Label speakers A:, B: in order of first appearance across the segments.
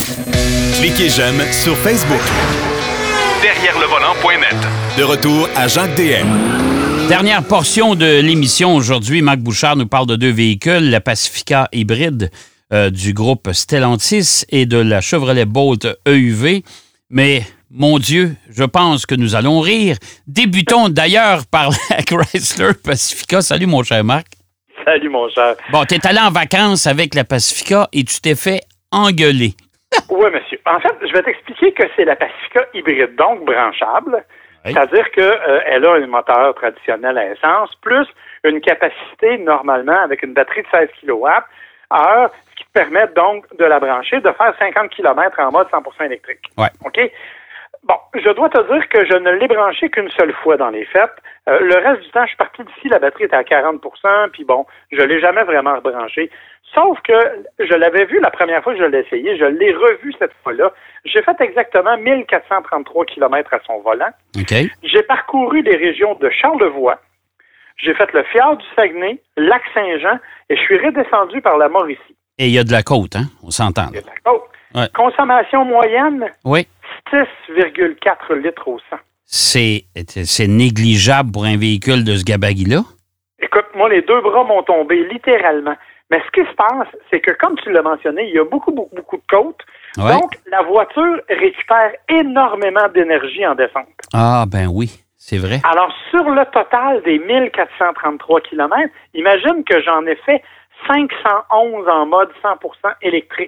A: Cliquez j'aime sur Facebook.
B: Derrière le volant.net.
A: De retour à Jacques DM.
C: Dernière portion de l'émission aujourd'hui. Marc Bouchard nous parle de deux véhicules, la Pacifica hybride du groupe Stellantis et de la Chevrolet Bolt EUV. Mais, mon Dieu, je pense que nous allons rire. Débutons d'ailleurs par la Chrysler Pacifica. Salut, mon cher Marc.
D: Salut, mon cher.
C: Bon, t'es allé en vacances avec la Pacifica et tu t'es fait engueuler.
D: Oui, monsieur. En fait, je vais t'expliquer que c'est la Pacifica hybride, donc branchable. Oui. C'est-à-dire qu'elle a un moteur traditionnel à essence, plus une capacité, normalement, avec une batterie de 16 kWh, ce qui te permet donc de la brancher, de faire 50 km en mode 100% électrique.
C: Ouais.
D: OK? Bon, je dois te dire que je ne l'ai branché qu'une seule fois dans les fêtes. Le reste du temps, je suis parti d'ici, la batterie était à 40%, puis bon, je l'ai jamais vraiment rebranché. Sauf que je l'avais vu la première fois que je l'ai essayé, je l'ai revu cette fois-là. J'ai fait exactement 1433 km à son volant.
C: Okay.
D: J'ai parcouru les régions de Charlevoix. J'ai fait le Fjord du Saguenay, Lac-Saint-Jean, et je suis redescendu par la Mauricie.
C: Et il y a de la côte, hein? On s'entend.
D: Il y a de la côte.
C: Ouais.
D: Consommation moyenne?
C: Oui.
D: 6,4 litres au 100.
C: C'est négligeable pour un véhicule de ce gabarit-là?
D: Écoute, moi, les deux bras m'ont tombé, littéralement. Mais ce qui se passe, c'est que, comme tu l'as mentionné, il y a beaucoup de côtes.
C: Ouais.
D: Donc, la voiture récupère énormément d'énergie en descente.
C: Ah, ben oui, c'est vrai.
D: Alors, sur le total des 1433 km, imagine que j'en ai fait 511 en mode 100% électrique.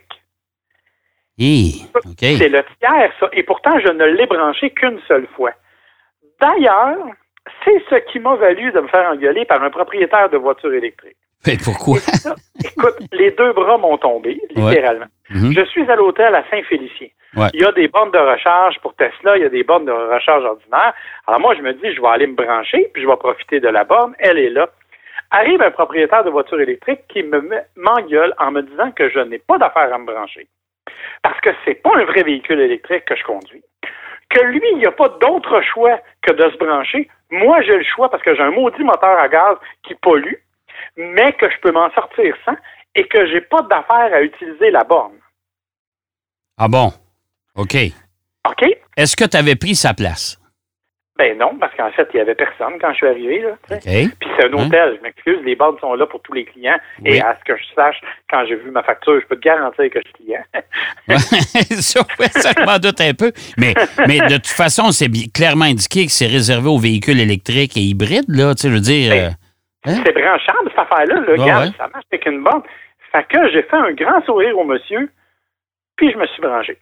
C: Okay.
D: C'est le tiers, ça. Et pourtant, je ne l'ai branché qu'une seule fois. D'ailleurs, c'est ce qui m'a valu de me faire engueuler par un propriétaire de voiture électrique.
C: Mais pourquoi?
D: Ça, écoute, les deux bras m'ont tombé, littéralement.
C: Ouais. Mm-hmm.
D: Je suis à l'hôtel à Saint-Félicien.
C: Ouais.
D: Il y a des bornes de recharge pour Tesla, il y a des bornes de recharge ordinaires. Alors moi, je me dis, je vais aller me brancher, puis je vais profiter de la borne. Elle est là. Arrive un propriétaire de voiture électrique qui m'engueule en me disant que je n'ai pas d'affaire à me brancher. Parce que c'est pas un vrai véhicule électrique que je conduis. Que lui, il n'y a pas d'autre choix que de se brancher. Moi, j'ai le choix parce que j'ai un maudit moteur à gaz qui pollue, mais que je peux m'en sortir sans et que j'ai pas d'affaire à utiliser la borne.
C: Ah bon? OK.
D: OK?
C: Est-ce que tu avais pris sa place?
D: Ben non, parce qu'en fait, il n'y avait personne quand je suis arrivé. Là,
C: OK.
D: Puis c'est un hôtel, je m'excuse, les bornes sont là pour tous les clients. Oui. Et à ce que je sache, quand j'ai vu ma facture, je peux te garantir que je suis client.
C: ça, je m'en doute un peu. Mais de toute façon, c'est clairement indiqué que c'est réservé aux véhicules électriques et hybrides, là. Tu sais, je veux dire...
D: C'est branchable, cette affaire-là. Là, regarde, ça marche avec une borne. Fait que j'ai fait un grand sourire au monsieur, puis je me suis branché.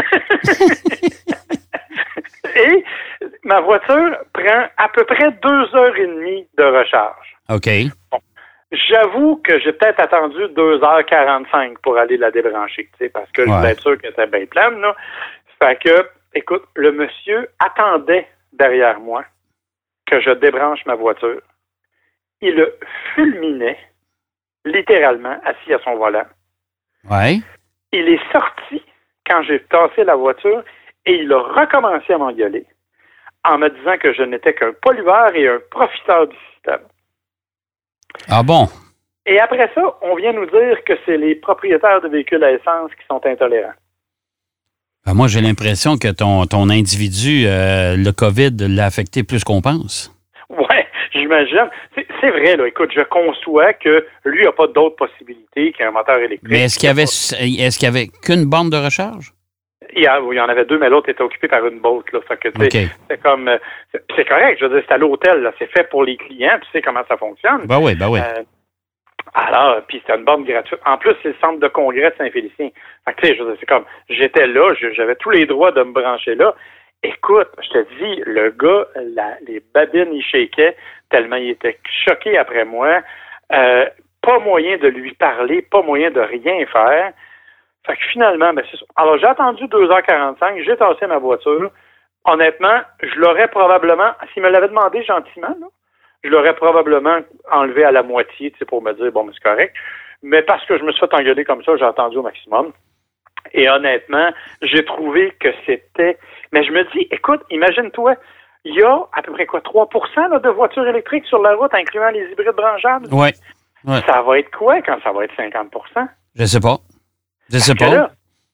D: Et ma voiture prend à peu près 2h30 de recharge.
C: OK.
D: Bon. J'avoue que j'ai peut-être attendu 2h45 pour aller la débrancher, parce que je voulais être sûr qu'elle était bien pleine, là. Fait que, écoute, le monsieur attendait derrière moi que je débranche ma voiture. Il le fulminait, littéralement, assis à son volant.
C: Ouais.
D: Il est sorti quand j'ai tassé la voiture et il a recommencé à m'engueuler en me disant que je n'étais qu'un pollueur et un profiteur du système.
C: Ah bon?
D: Et après ça, on vient nous dire que c'est les propriétaires de véhicules à essence qui sont intolérants.
C: Ben moi, j'ai l'impression que ton individu, le COVID, l'a affecté plus qu'on pense.
D: Ouais, j'imagine. C'est vrai, là. Écoute, je conçois que lui n'a pas d'autre possibilité qu'un moteur électrique.
C: Mais est-ce qu'il y avait qu'une borne de recharge?
D: Il y en avait deux, mais l'autre était occupé par une boat, là. Fait que, c'est comme... c'est correct, je veux dire, c'est à l'hôtel, là. C'est fait pour les clients, tu sais comment ça fonctionne.
C: Ben oui.
D: Alors, puis c'était une borne gratuite. En plus, c'est le centre de congrès de Saint-Félicien. Fait que, tu sais, je veux dire, c'est comme... J'étais là, j'avais tous les droits de me brancher là. Écoute, je te dis, le gars, les babines, il shakeait tellement il était choqué après moi. Pas moyen de lui parler, pas moyen de rien faire. Fait que finalement, ben c'est ça. Alors, j'ai attendu 2h45, j'ai tassé ma voiture. Honnêtement, je l'aurais probablement, s'il me l'avait demandé gentiment, là, je l'aurais probablement enlevé à la moitié, tu sais, pour me dire, bon, mais c'est correct. Mais parce que je me suis fait engueuler comme ça, j'ai attendu au maximum. Et honnêtement, j'ai trouvé que c'était... Mais je me dis, écoute, imagine-toi, il y a à peu près 3% là, de voitures électriques sur la route, incluant les hybrides branchables?
C: Oui.
D: Ça va être quoi quand ça va être 50%?
C: Je sais pas. Je sais pas.
D: Là,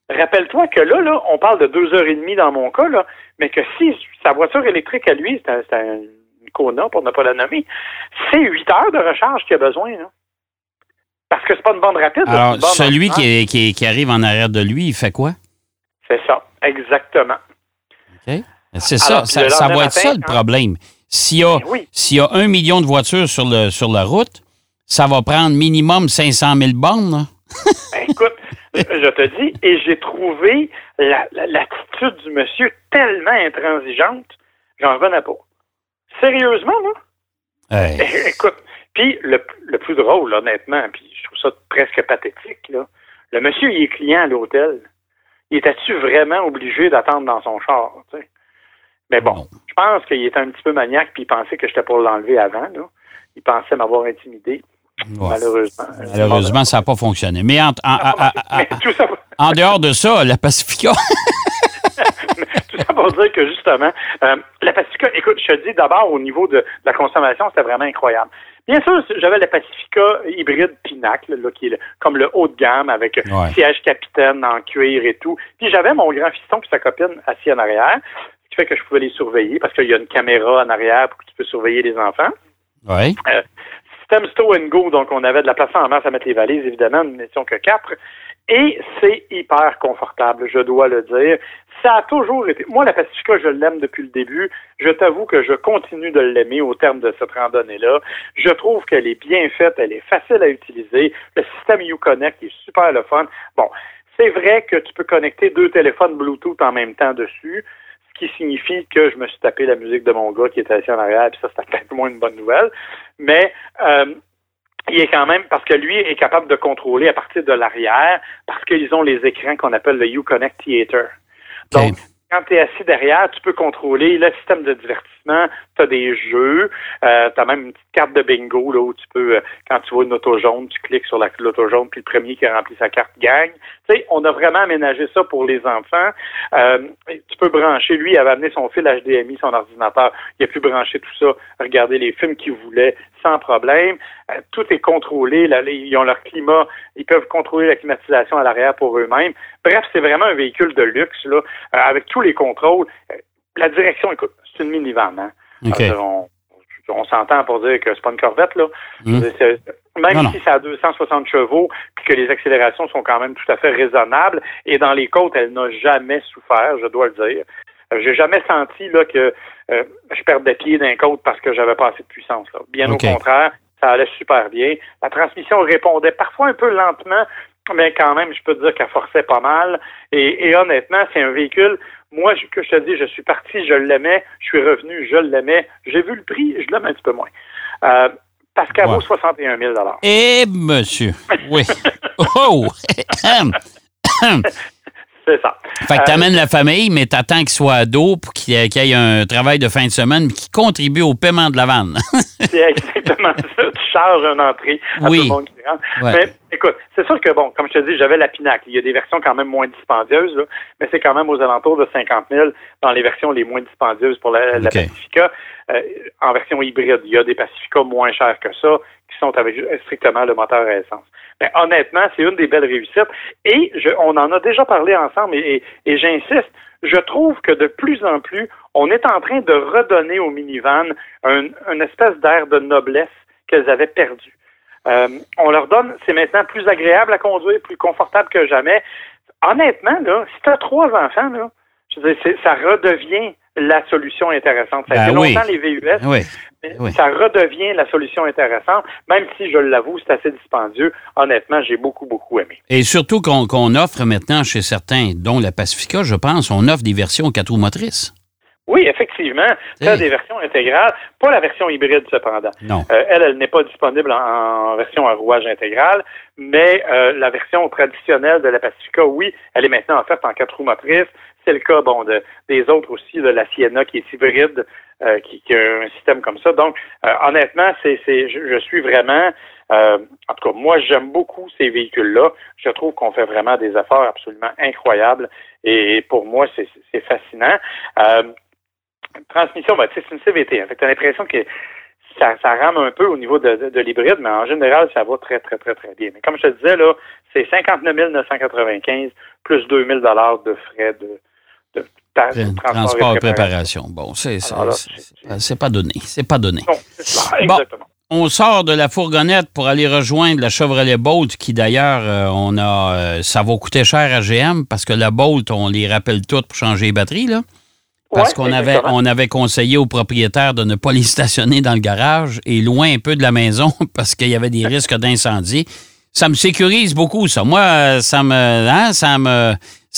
D: Rappelle-toi que là, on parle de 2h30 dans mon cas, là, mais que si sa voiture électrique à lui, c'est une Kona, pour ne pas la nommer, c'est 8 heures de recharge qu'il a besoin, là. Parce que c'est pas une bande rapide.
C: Alors, celui qui arrive en arrière de lui, il fait quoi?
D: C'est ça, exactement.
C: OK. C'est ça, ça va être ça le problème. S'il y a 1 million de voitures sur la route, ça va prendre minimum 500 000 bornes, là.
D: Ben, écoute, je te dis, et j'ai trouvé l'attitude du monsieur tellement intransigeante, j'en revenais pas. Sérieusement, là? Écoute, puis le plus drôle, honnêtement, puis je trouve ça presque pathétique, là, le monsieur, il est client à l'hôtel. Il était-tu vraiment obligé d'attendre dans son char, tu sais? Mais bon, je pense qu'il était un petit peu maniaque, puis il pensait que j'étais pour l'enlever avant, là. Il pensait m'avoir intimidé. Ouais. Malheureusement,
C: ça n'a pas fonctionné. Mais en dehors de ça, la Pacifica...
D: Tout ça pour dire que, justement, la Pacifica, écoute, je te dis d'abord, au niveau de la consommation, c'était vraiment incroyable. Bien sûr, j'avais la Pacifica hybride Pinacle, là, qui est comme le haut de gamme, avec siège capitaine en cuir et tout. Puis j'avais mon grand fiston et sa copine assis en arrière, ce qui fait que je pouvais les surveiller, parce qu'il y a une caméra en arrière pour que tu peux surveiller les enfants.
C: Oui.
D: Système Stow & Go, donc on avait de la place en masse à mettre les valises, évidemment, nous n'étions que 4. Et c'est hyper confortable, je dois le dire. Ça a toujours été... Moi, la Pacifica, je l'aime depuis le début. Je t'avoue que je continue de l'aimer au terme de cette randonnée-là. Je trouve qu'elle est bien faite, elle est facile à utiliser. Le système Uconnect est super le fun. Bon, c'est vrai que tu peux connecter 2 téléphones Bluetooth en même temps dessus, ce qui signifie que je me suis tapé la musique de mon gars qui était assis en arrière, puis ça, c'était peut-être moins une bonne nouvelle. Mais... il est quand même, parce que lui est capable de contrôler à partir de l'arrière, parce qu'ils ont les écrans qu'on appelle le Uconnect Theater. Donc, quand tu es assis derrière, tu peux contrôler le système de divertissement, tu as des jeux, tu as même une petite carte de bingo là, où tu peux, quand tu vois une auto jaune, tu cliques sur l'auto jaune, puis le premier qui a rempli sa carte gagne. Tu sais, on a vraiment aménagé ça pour les enfants. Tu peux brancher, lui, il avait amené son fil HDMI, son ordinateur, il a pu brancher tout ça, regarder les films qu'il voulait sans problème. Tout est contrôlé, là, ils ont leur climat, ils peuvent contrôler la climatisation à l'arrière pour eux-mêmes. Bref, c'est vraiment un véhicule de luxe, là, avec tous les contrôles. La direction, écoute, c'est une minivan, hein?
C: Okay.
D: On s'entend pour dire que c'est pas une Corvette, là. Même si ça a 260 chevaux, puis que les accélérations sont quand même tout à fait raisonnables, et dans les côtes, elle n'a jamais souffert, je dois le dire. J'ai jamais senti là que je perdais pied d'un côte parce que j'avais pas assez de puissance, là. Bien au contraire, ça allait super bien. La transmission répondait parfois un peu lentement, mais quand même, je peux te dire qu'elle forçait pas mal. Et honnêtement, c'est un véhicule... Moi, que je te dis, je suis parti, je l'aimais, je suis revenu, je l'aimais. J'ai vu le prix, je l'aime un petit peu moins. Parce qu'elle vaut 61 000 $.
C: Eh, monsieur! Oui. Oh!
D: C'est ça.
C: Fait que t'amènes la famille, mais t'attends qu'il soit ado pour qu'il y ait un travail de fin de semaine qui contribue au paiement de la vanne.
D: C'est exactement ça. Tu charges une entrée à tout le monde qui rentre. Ouais. Mais écoute, c'est sûr que, bon, comme je te dis, j'avais la Pinacle. Il y a des versions quand même moins dispendieuses, là, mais c'est quand même aux alentours de 50 000 dans les versions les moins dispendieuses pour la Pacifica. En version hybride, il y a des Pacificas moins chers que ça qui sont avec strictement le moteur à essence. Mais honnêtement, c'est une des belles réussites. Et on en a déjà parlé ensemble et j'insiste, je trouve que de plus en plus, on est en train de redonner aux minivans une espèce d'air de noblesse qu'elles avaient perdu. On leur donne, c'est maintenant plus agréable à conduire, plus confortable que jamais. Honnêtement, là, si tu as 3 enfants, là, je veux dire, ça redevient la solution intéressante. Ça a été longtemps les VUS, mais ça redevient la solution intéressante, même si, je l'avoue, c'est assez dispendieux. Honnêtement, j'ai beaucoup, beaucoup aimé.
C: Et surtout qu'on offre maintenant chez certains, dont la Pacifica, je pense, on offre des versions 4 roues motrices.
D: Oui, effectivement. Tu as des versions intégrales, pas la version hybride cependant.
C: Non.
D: Elle n'est pas disponible en version à rouage intégral, mais la version traditionnelle de la Pacifica, oui, elle est maintenant offerte en 4 roues motrices. C'est le cas, bon, des autres aussi, de la Sienna qui est hybride, qui a un système comme ça. Donc, honnêtement, je suis vraiment, en tout cas, moi, j'aime beaucoup ces véhicules-là. Je trouve qu'on fait vraiment des efforts absolument incroyables. Et pour moi, c'est fascinant. Transmission, c'est une CVT. Hein, fait que t'as l'impression que ça rame un peu au niveau de l'hybride, mais en général, ça va très, très, très, très bien. Mais comme je te disais, là, c'est 59 995 plus 2 000 de frais de
C: transport et préparation. Bon, c'est pas donné. C'est pas donné.
D: Non, c'est ça, exactement.
C: Bon, on sort de la fourgonnette pour aller rejoindre la Chevrolet Bolt, qui d'ailleurs, ça va coûter cher à GM parce que la Bolt, on les rappelle toutes pour changer les batteries, là. Parce qu'on avait conseillé aux propriétaires de ne pas les stationner dans le garage et loin un peu de la maison parce qu'il y avait des risques d'incendie. Ça me sécurise beaucoup, ça. Moi, ça me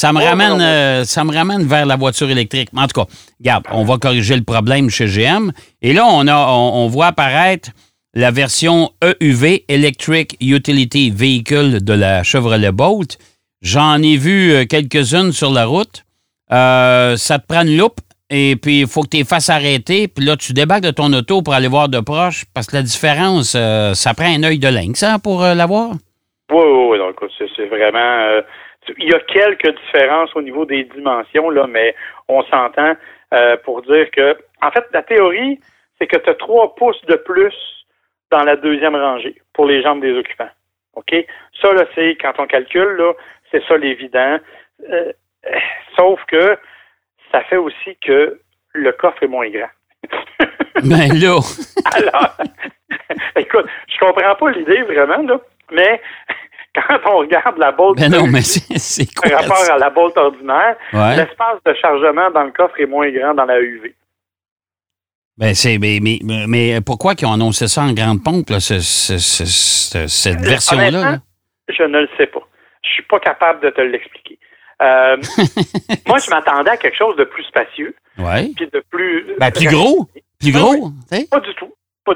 C: ramène vers la voiture électrique. En tout cas, regarde, on va corriger le problème chez GM. Et là, on voit apparaître la version EUV, Electric Utility Vehicle de la Chevrolet Bolt. J'en ai vu quelques-unes sur la route. Ça te prend une loupe et puis il faut que tu les fasses arrêter. Puis là, tu débarques de ton auto pour aller voir de proche parce que la différence, ça prend un œil de lynx, ça, pour la voir?
D: Oui. Donc, c'est vraiment... il y a quelques différences au niveau des dimensions, là, mais on s'entend pour dire que... En fait, la théorie, c'est que tu as 3 pouces de plus dans la deuxième rangée pour les jambes des occupants. OK? Ça, là, c'est, quand on calcule, là, c'est ça l'évident. Sauf que ça fait aussi que le coffre est moins grand.
C: Ben là!
D: Alors, écoute, je comprends pas l'idée vraiment, là, mais quand on regarde la Bolt...
C: Ben non, mais c'est quoi?
D: Par rapport à la Bolt ordinaire,
C: ouais.
D: L'espace de chargement dans le coffre est moins grand dans la UV.
C: Ben mais pourquoi qu'ils ont annoncé ça en grande pompe, là, cette version-là? Là?
D: Je ne le sais pas. Je suis pas capable de te l'expliquer. Moi, je m'attendais à quelque chose de plus spacieux.
C: Oui.
D: Puis de plus...
C: Ben, plus gros. Plus gros.
D: Oui. Pas du tout.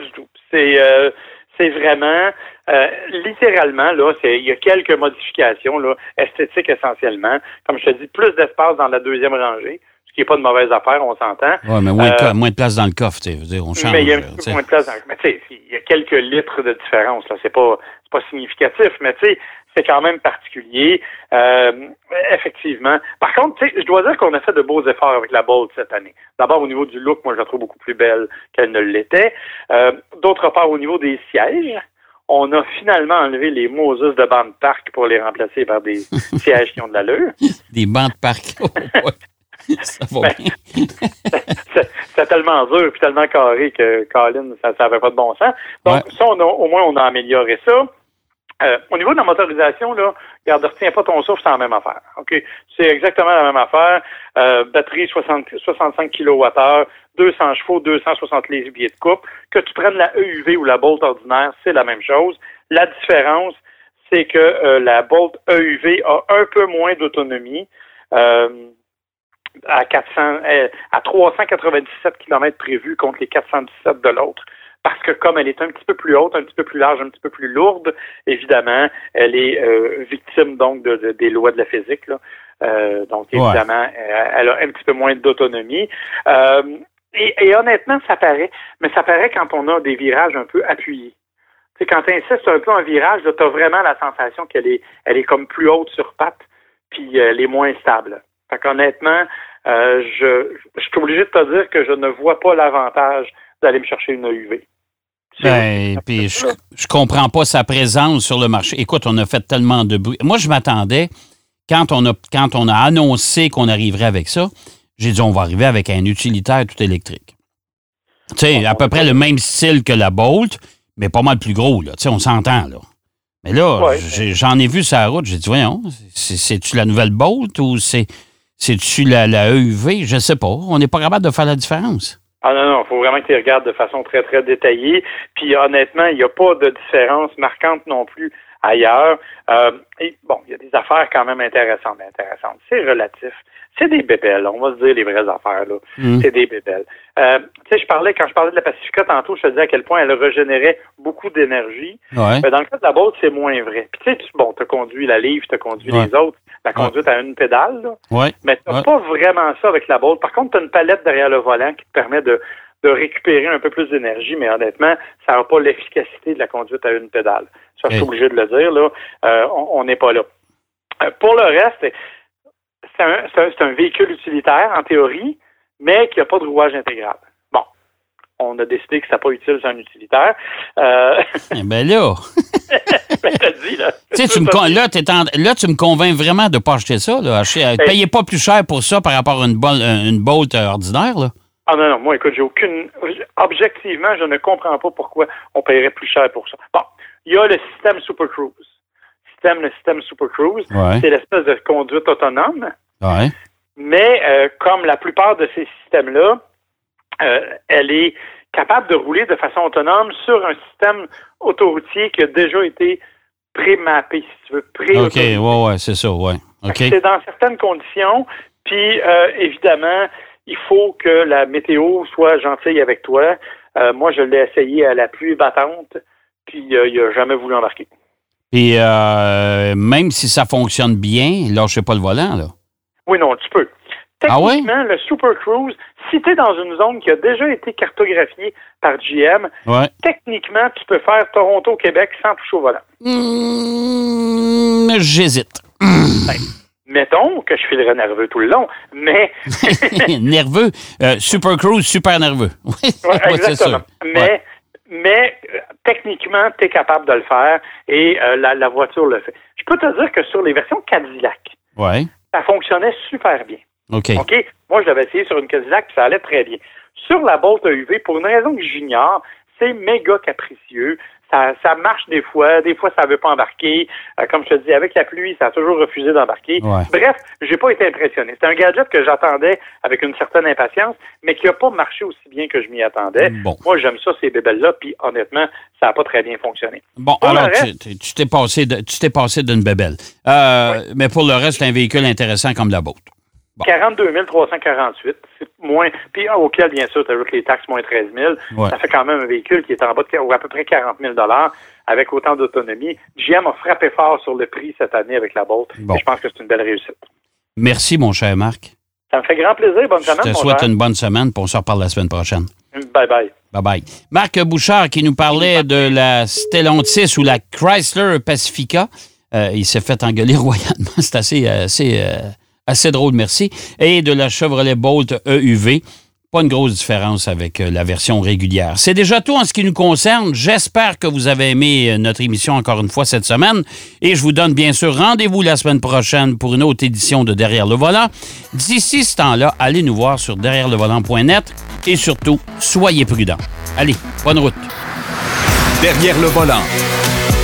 D: C'est vraiment... littéralement, là, il y a quelques modifications là, esthétiques essentiellement. Comme je te dis, plus d'espace dans la deuxième rangée, ce qui n'est pas de mauvaise affaire, on s'entend. Oui, mais
C: moins de place dans le coffre, tu sais. On change.
D: Mais il y a un peu moins de place dans le coffre. Mais tu sais, il y a quelques litres de différence. Là. C'est pas significatif, mais tu sais, c'est quand même particulier. Effectivement. Par contre, tu sais, je dois dire qu'on a fait de beaux efforts avec la Bolt cette année. D'abord, au niveau du look, moi, je la trouve beaucoup plus belle qu'elle ne l'était. D'autre part, au niveau des sièges, on a finalement enlevé les Moses de bancs de parc pour les remplacer par des sièges qui ont de l'allure.
C: Des bancs de parc. Ça va bien.
D: C'est tellement dur et tellement carré que Colin, ça n'avait pas de bon sens. Donc, ça, au moins, on a amélioré ça. Au niveau de la motorisation, là, regarde, retiens pas ton souffle, c'est la même affaire. OK? C'est exactement la même affaire. Batterie 65 kWh, 200 chevaux, 260 litres de coupe. Que tu prennes la EUV ou la Bolt ordinaire, c'est la même chose. La différence, c'est que la Bolt EUV a un peu moins d'autonomie. À 397 km prévus contre les 417 de l'autre. Parce que comme elle est un petit peu plus haute, un petit peu plus large, un petit peu plus lourde, évidemment, elle est victime donc des lois de la physique. Là. Donc, évidemment, elle a un petit peu moins d'autonomie. Et honnêtement, ça paraît. Mais ça paraît quand on a des virages un peu appuyés. Tu sais, quand tu insistes un peu en virage, tu as vraiment la sensation qu'elle est comme plus haute sur pattes, puis elle est moins stable. Fait qu'honnêtement, je suis obligé de te dire que je ne vois pas l'avantage d'aller me chercher une UV.
C: Puis je comprends pas sa présence sur le marché. Écoute, on a fait tellement de bruit. Moi, je m'attendais, quand on a annoncé qu'on arriverait avec ça, j'ai dit on va arriver avec un utilitaire tout électrique. Tu sais, à peu près le même style que la Bolt, mais pas mal plus gros, là. Tu sais, on s'entend, là. Mais là, j'en ai vu sur la route, j'ai dit, voyons, c'est-tu la nouvelle Bolt ou c'est-tu la EUV? Je sais pas. On n'est pas capable de faire la différence.
D: Ah non, il faut vraiment que tu les regardes de façon très, très détaillée. Puis honnêtement, il n'y a pas de différence marquante non plus ailleurs. Et bon, il y a des affaires quand même intéressantes. C'est relatif. C'est des bébelles, on va se dire les vraies affaires, là. C'est des bébelles. Tu sais, quand je parlais de la Pacifica tantôt, je te disais à quel point elle régénérait beaucoup d'énergie. Ouais. Dans le cas de la Bolt, c'est moins vrai. Puis tu sais, t'as conduit la Livre, t'as conduit les autres, la conduite à une pédale, là. Ouais. Mais t'as pas vraiment ça avec la Bolt. Par contre, t'as une palette derrière le volant qui te permet de récupérer un peu plus d'énergie, mais honnêtement, ça n'a pas l'efficacité de la conduite à une pédale. Ça, je suis obligé de le dire, là. On n'est pas là. Pour le reste, c'est un véhicule utilitaire, en théorie, mais qui n'a pas de rouage intégral. Bon. on a décidé que c'était pas utile sur un utilitaire.
C: Ben là...
D: Ben, t'as dit, là.
C: Tu sais, tu me convaincs vraiment de ne pas acheter ça. Là. Payez pas plus cher pour ça par rapport à une Bolt ordinaire. Là.
D: Ah non, moi, écoute, objectivement, je ne comprends pas pourquoi on paierait plus cher pour ça. Bon, il y a le système Super Cruise. Le système Super Cruise, c'est l'espèce de conduite autonome.
C: Ouais.
D: Mais comme la plupart de ces systèmes-là, elle est capable de rouler de façon autonome sur un système autoroutier qui a déjà été pré-mappé, si tu veux, pré-autorisé.
C: OK, ouais, c'est ça, ouais. Okay.
D: C'est dans certaines conditions, puis évidemment, il faut que la météo soit gentille avec toi. Moi, je l'ai essayé à la pluie battante, puis il n'a jamais voulu embarquer.
C: Et même si ça fonctionne bien, lâchez pas le volant, là.
D: Oui, non, tu peux. Techniquement, le Super Cruise, si tu es dans une zone qui a déjà été cartographiée par GM, techniquement, tu peux faire Toronto-Québec sans toucher au volant.
C: J'hésite.
D: Ben, mettons que je filerais nerveux tout le long, mais...
C: Nerveux? Super Cruise, super nerveux.
D: Exactement. Mais techniquement, tu es capable de le faire et la voiture le fait. Je peux te dire que sur les versions Cadillac, ça fonctionnait super bien. OK? Moi, je l'avais essayé sur une Cadillac et ça allait très bien. Sur la Bolt EUV, pour une raison que j'ignore, c'est méga capricieux. Ça marche des fois ça veut pas embarquer. Comme je te dis, avec la pluie, ça a toujours refusé d'embarquer. Bref, j'ai pas été impressionné. C'est un gadget que j'attendais avec une certaine impatience, mais qui a pas marché aussi bien que je m'y attendais. Bon. Moi, j'aime ça, ces bébelles-là, puis honnêtement, ça a pas très bien fonctionné.
C: Bon, pour alors, tu t'es passé d'une bébelle. Mais pour le reste, c'est un véhicule intéressant comme la Bolt.
D: Bon. 42 348, c'est moins, puis auquel, bien sûr, tu ajoutes les taxes moins 13 000. Ça fait quand même un véhicule qui est en bas de à peu près 40 000 avec autant d'autonomie. GM a frappé fort sur le prix cette année avec la Bolt. Et je pense que c'est une belle réussite.
C: Merci, mon cher Marc.
D: Ça me fait grand plaisir. Bonne semaine,
C: Je te souhaite une bonne semaine, puis on se reparle la semaine prochaine.
D: Bye-bye.
C: Bye-bye. Marc Bouchard qui nous parlait de la Stellantis ou la Chrysler Pacifica. Il s'est fait engueuler royalement. C'est assez drôle, merci. Et de la Chevrolet Bolt EUV. Pas une grosse différence avec la version régulière. C'est déjà tout en ce qui nous concerne. J'espère que vous avez aimé notre émission encore une fois cette semaine. Et je vous donne bien sûr rendez-vous la semaine prochaine pour une autre édition de Derrière le volant. D'ici ce temps-là, allez nous voir sur derrièrelevolant.net et surtout, soyez prudents. Allez, bonne route.
A: Derrière le volant.